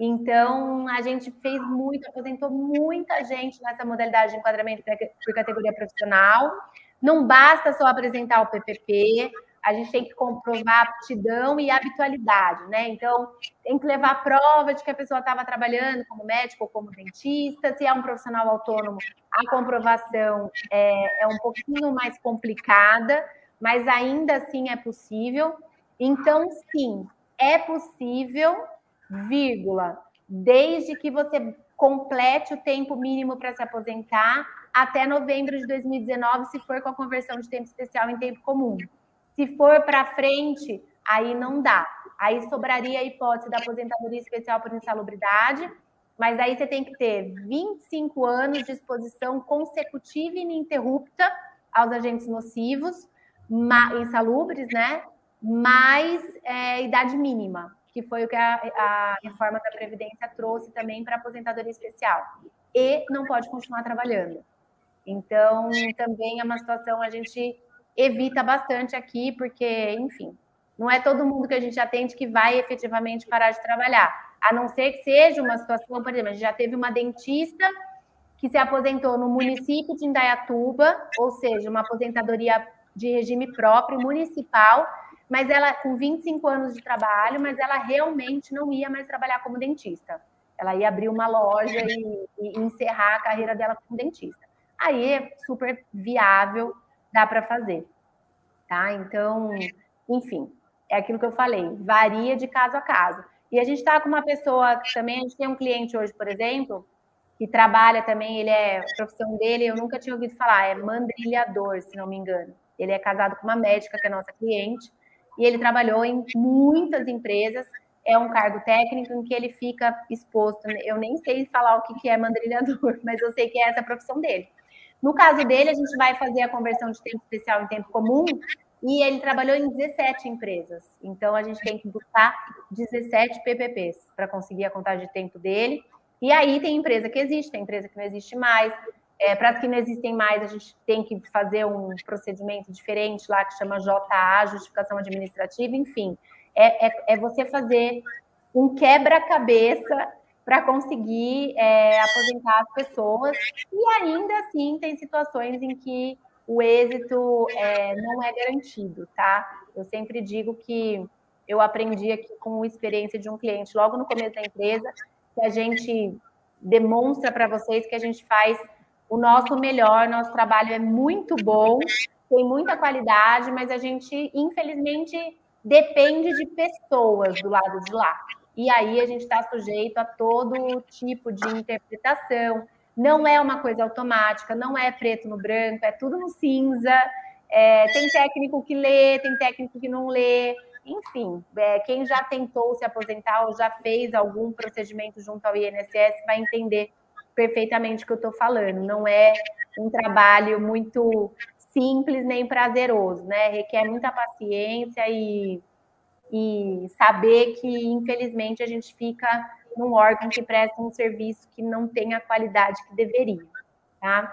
Então, a gente fez muito, aposentou muita gente nessa modalidade de enquadramento por categoria profissional. Não basta só apresentar o PPP, a gente tem que comprovar aptidão e habitualidade, né? Então, tem que levar a prova de que a pessoa estava trabalhando como médico ou como dentista. Se é um profissional autônomo, a comprovação é um pouquinho mais complicada, mas ainda assim é possível. Então, sim, é possível, vírgula, desde que você complete o tempo mínimo para se aposentar até novembro de 2019, se for com a conversão de tempo especial em tempo comum. Se for para frente, aí não dá. Aí sobraria a hipótese da aposentadoria especial por insalubridade, mas aí você tem que ter 25 anos de exposição consecutiva e ininterrupta aos agentes nocivos, insalubres, né? Mais idade mínima, que foi o que a reforma da Previdência trouxe também para a aposentadoria especial. E não pode continuar trabalhando. Então, também é uma situação a gente evita bastante aqui, porque, enfim, não é todo mundo que a gente atende que vai efetivamente parar de trabalhar. A não ser que seja uma situação, por exemplo, a gente já teve uma dentista que se aposentou no município de Indaiatuba, ou seja, uma aposentadoria de regime próprio, municipal, mas ela com 25 anos de trabalho, mas ela realmente não ia mais trabalhar como dentista. Ela ia abrir uma loja e encerrar a carreira dela como dentista. Aí é super viável, dá para fazer, tá? Então, enfim, é aquilo que eu falei, varia de caso a caso. E a gente está com uma pessoa que também, a gente tem um cliente hoje, por exemplo, que trabalha também, a profissão dele, eu nunca tinha ouvido falar, é mandrilhador, se não me engano. Ele é casado com uma médica, que é nossa cliente, e ele trabalhou em muitas empresas, é um cargo técnico em que ele fica exposto, eu nem sei falar o que é mandrilhador, mas eu sei que é essa a profissão dele. No caso dele, a gente vai fazer a conversão de tempo especial em tempo comum, e ele trabalhou em 17 empresas. Então, a gente tem que buscar 17 PPPs para conseguir a contagem de tempo dele. E aí tem empresa que existe, tem empresa que não existe mais. Para as que não existem mais, a gente tem que fazer um procedimento diferente lá, que chama JA, Justificação Administrativa, enfim. É você fazer um quebra-cabeça para conseguir aposentar as pessoas. E ainda assim, tem situações em que o êxito não é garantido, tá? Eu sempre digo que eu aprendi aqui com a experiência de um cliente logo no começo da empresa, que a gente demonstra para vocês que a gente faz o nosso melhor, nosso trabalho é muito bom, tem muita qualidade, mas a gente, infelizmente, depende de pessoas do lado de lá. E aí a gente está sujeito a todo tipo de interpretação. Não é uma coisa automática, não é preto no branco, é tudo no cinza. Tem técnico que lê, tem técnico que não lê. Enfim, quem já tentou se aposentar ou já fez algum procedimento junto ao INSS vai entender perfeitamente o que eu estou falando. Não é um trabalho muito simples nem prazeroso, né? Requer muita paciência e saber que, infelizmente, a gente fica num órgão que presta um serviço que não tem a qualidade que deveria, tá?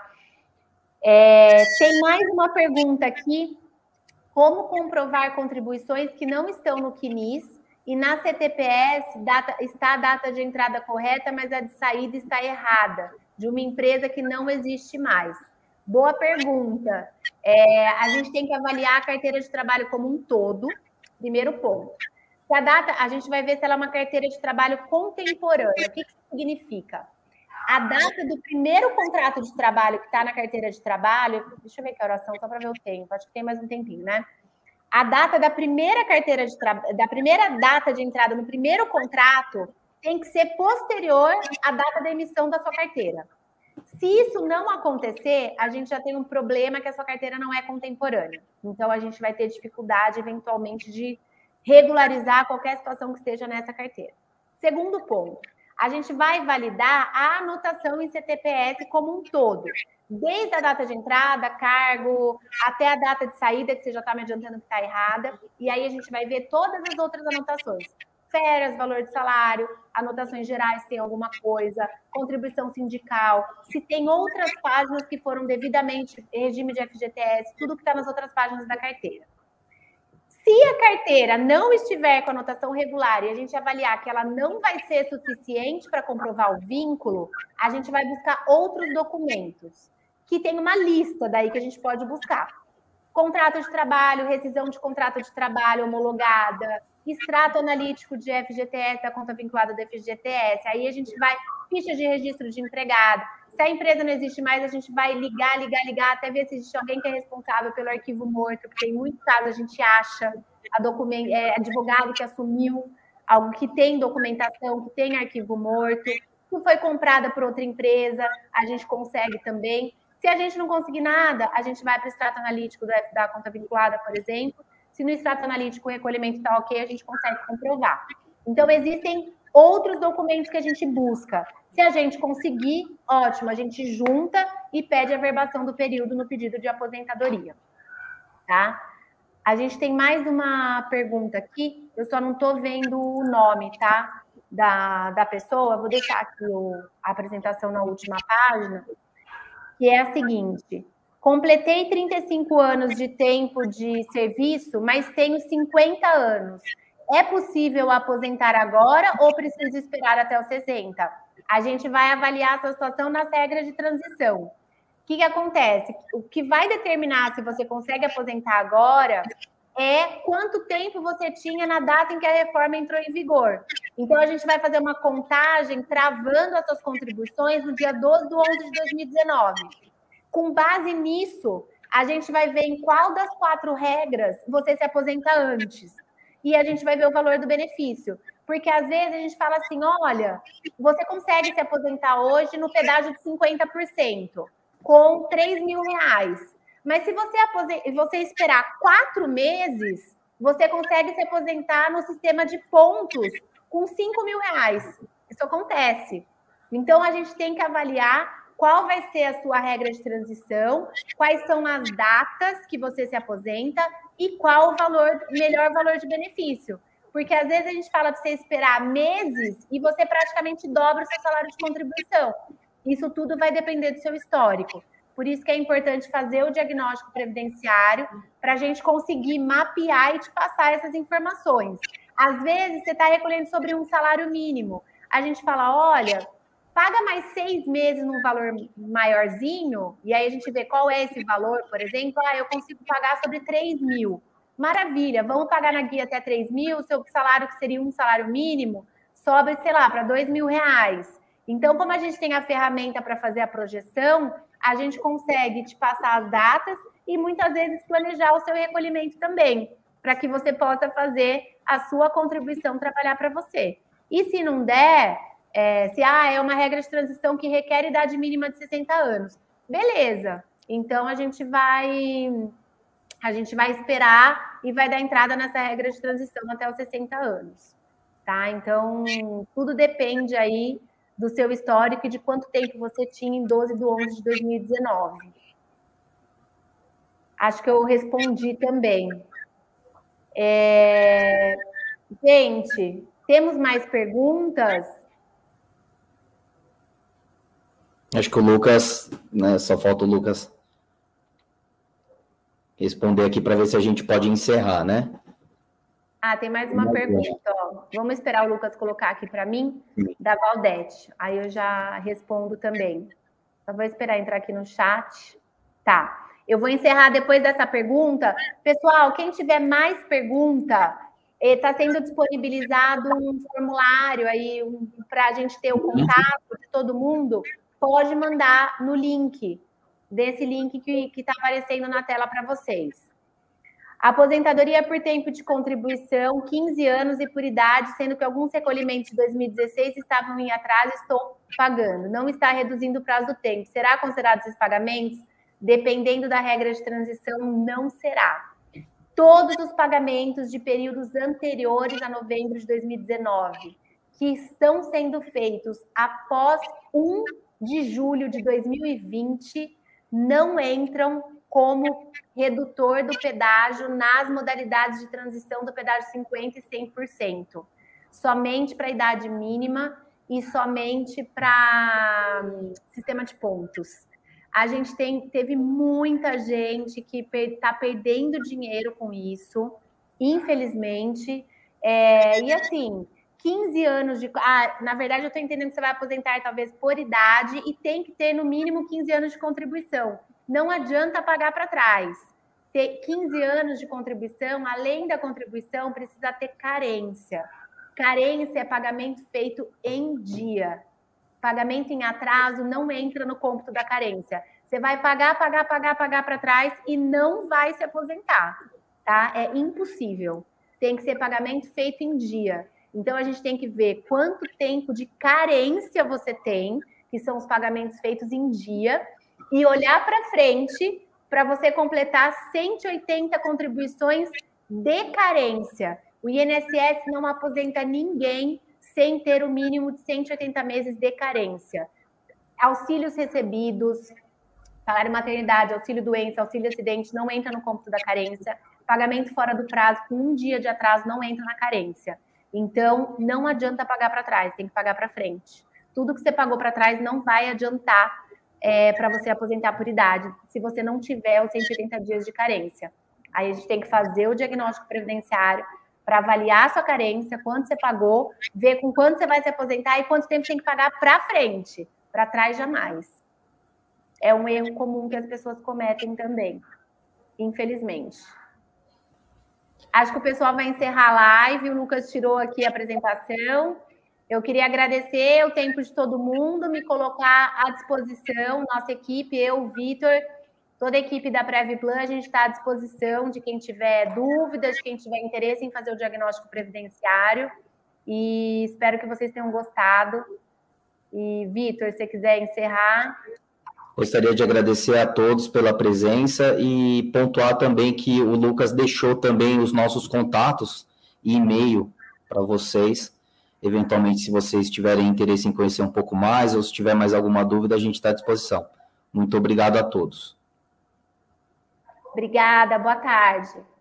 Tem mais uma pergunta aqui. Como comprovar contribuições que não estão no CNIS e na CTPS está a data de entrada correta, mas a de saída está errada, de uma empresa que não existe mais? Boa pergunta. A gente tem que avaliar a carteira de trabalho como um todo, primeiro ponto. Se a data, a gente vai ver se ela é uma carteira de trabalho contemporânea. O que isso significa? A data do primeiro contrato de trabalho que está na carteira de trabalho, deixa eu ver que oração, só para ver o tempo, acho que tem mais um tempinho, né? A data da primeira carteira de trabalho, da primeira data de entrada no primeiro contrato tem que ser posterior à data da emissão da sua carteira. Se isso não acontecer, a gente já tem um problema que a sua carteira não é contemporânea. Então, a gente vai ter dificuldade, eventualmente, de regularizar qualquer situação que esteja nessa carteira. Segundo ponto, a gente vai validar a anotação em CTPS como um todo, desde a data de entrada, cargo, até a data de saída, que você já está me adiantando que está errada, e aí a gente vai ver todas as outras anotações. Férias, valor de salário, anotações gerais, se tem alguma coisa, contribuição sindical, se tem outras páginas que foram devidamente regime de FGTS, tudo que está nas outras páginas da carteira. Se a carteira não estiver com anotação regular e a gente avaliar que ela não vai ser suficiente para comprovar o vínculo, a gente vai buscar outros documentos, que tem uma lista daí que a gente pode buscar. Contrato de trabalho, rescisão de contrato de trabalho homologada, extrato analítico de FGTS, da conta vinculada do FGTS. Aí a gente vai, ficha de registro de empregado. Se a empresa não existe mais, a gente vai ligar, até ver se existe alguém que é responsável pelo arquivo morto, porque em muitos casos a gente acha advogado que assumiu algo que tem documentação, que tem arquivo morto, que foi comprada por outra empresa, a gente consegue também. Se a gente não conseguir nada, a gente vai para o extrato analítico da conta vinculada, por exemplo. Se no extrato analítico o recolhimento está ok, a gente consegue comprovar. Então, existem outros documentos que a gente busca. Se a gente conseguir, ótimo, a gente junta e pede a verbação do período no pedido de aposentadoria. Tá? A gente tem mais uma pergunta aqui, eu só não estou vendo o nome, tá? Da pessoa, vou deixar aqui a apresentação na última página, que é a seguinte: completei 35 anos de tempo de serviço, mas tenho 50 anos. É possível aposentar agora ou preciso esperar até os 60? A gente vai avaliar essa situação nas regras de transição. O que acontece? O que vai determinar se você consegue aposentar agora é quanto tempo você tinha na data em que a reforma entrou em vigor. Então, a gente vai fazer uma contagem travando as suas contribuições no dia 12 de 11 de 2019. Com base nisso, a gente vai ver em qual das 4 regras você se aposenta antes. E a gente vai ver o valor do benefício. Porque, às vezes, a gente fala assim, olha, você consegue se aposentar hoje no pedágio de 50%, com R$3.000. Mas se você esperar 4 meses, você consegue se aposentar no sistema de pontos com R$5.000. Isso acontece. Então, a gente tem que avaliar qual vai ser a sua regra de transição, quais são as datas que você se aposenta e qual o melhor valor de benefício. Porque, às vezes, a gente fala para você esperar meses e você praticamente dobra o seu salário de contribuição. Isso tudo vai depender do seu histórico. Por isso que é importante fazer o diagnóstico previdenciário para a gente conseguir mapear e te passar essas informações. Às vezes, você está recolhendo sobre um salário mínimo. A gente fala, olha, paga mais 6 meses num valor maiorzinho, e aí a gente vê qual é esse valor, por exemplo, eu consigo pagar sobre 3 mil. Maravilha, vamos pagar na guia até 3 mil, seu salário, que seria um salário mínimo, sobe, sei lá, para R$2.000. Então, como a gente tem a ferramenta para fazer a projeção, a gente consegue te passar as datas e muitas vezes planejar o seu recolhimento também, para que você possa fazer a sua contribuição trabalhar para você. E se não der, é uma regra de transição que requer idade mínima de 60 anos, beleza. Então, a gente vai esperar e vai dar entrada nessa regra de transição até os 60 anos. Tá? Então, tudo depende aí do seu histórico e de quanto tempo você tinha em 12 de 11 de 2019. Acho que eu respondi também. Gente, temos mais perguntas? Acho que o Lucas, né? Só falta o Lucas responder aqui para ver se a gente pode encerrar, né? Tem mais uma pergunta. Ó. Vamos esperar o Lucas colocar aqui para mim, da Valdete. Aí eu já respondo também. Só vou esperar entrar aqui no chat. Tá. Eu vou encerrar depois dessa pergunta. Pessoal, quem tiver mais pergunta, está sendo disponibilizado um formulário aí para a gente ter o contato de todo mundo. Pode mandar no link, desse link que está aparecendo na tela para vocês. Aposentadoria por tempo de contribuição, 15 anos e por idade, sendo que alguns recolhimentos de 2016 estavam em atraso, estou pagando. Não está reduzindo o prazo do tempo. Será considerado esses pagamentos? Dependendo da regra de transição, não será. Todos os pagamentos de períodos anteriores a novembro de 2019, que estão sendo feitos após 1 de julho de 2020, não entram como redutor do pedágio nas modalidades de transição do pedágio 50% e 100%. Somente para a idade mínima e somente para sistema de pontos. A gente teve muita gente que está perdendo dinheiro com isso, infelizmente. E assim, 15 anos de... na verdade, eu estou entendendo que você vai aposentar talvez por idade e tem que ter no mínimo 15 anos de contribuição. Não adianta pagar para trás. Ter 15 anos de contribuição, além da contribuição, precisa ter carência. Carência é pagamento feito em dia. Pagamento em atraso não entra no cômputo da carência. Você vai pagar para trás e não vai se aposentar, tá? É impossível. Tem que ser pagamento feito em dia. Então, a gente tem que ver quanto tempo de carência você tem, que são os pagamentos feitos em dia, e olhar para frente para você completar 180 contribuições de carência. O INSS não aposenta ninguém sem ter o mínimo de 180 meses de carência. Auxílios recebidos, salário maternidade, auxílio doença, auxílio acidente, não entra no cômputo da carência. Pagamento fora do prazo, com 1 dia de atraso, não entra na carência. Então, não adianta pagar para trás, tem que pagar para frente. Tudo que você pagou para trás não vai adiantar para você aposentar por idade, se você não tiver os 180 dias de carência. Aí a gente tem que fazer o diagnóstico previdenciário para avaliar a sua carência, quanto você pagou, ver com quanto você vai se aposentar e quanto tempo tem que pagar para frente, para trás jamais. É um erro comum que as pessoas cometem também, infelizmente. Acho que o pessoal vai encerrar a live, o Lucas tirou aqui a apresentação. Eu queria agradecer o tempo de todo mundo, me colocar à disposição, nossa equipe, eu, o Vitor, toda a equipe da Previplan, a gente está à disposição de quem tiver dúvidas, de quem tiver interesse em fazer o diagnóstico previdenciário. E espero que vocês tenham gostado. E, Vitor, se você quiser encerrar... Gostaria de agradecer a todos pela presença e pontuar também que o Lucas deixou também os nossos contatos e e-mail para vocês. Eventualmente, se vocês tiverem interesse em conhecer um pouco mais ou se tiver mais alguma dúvida, a gente está à disposição. Muito obrigado a todos. Obrigada, boa tarde.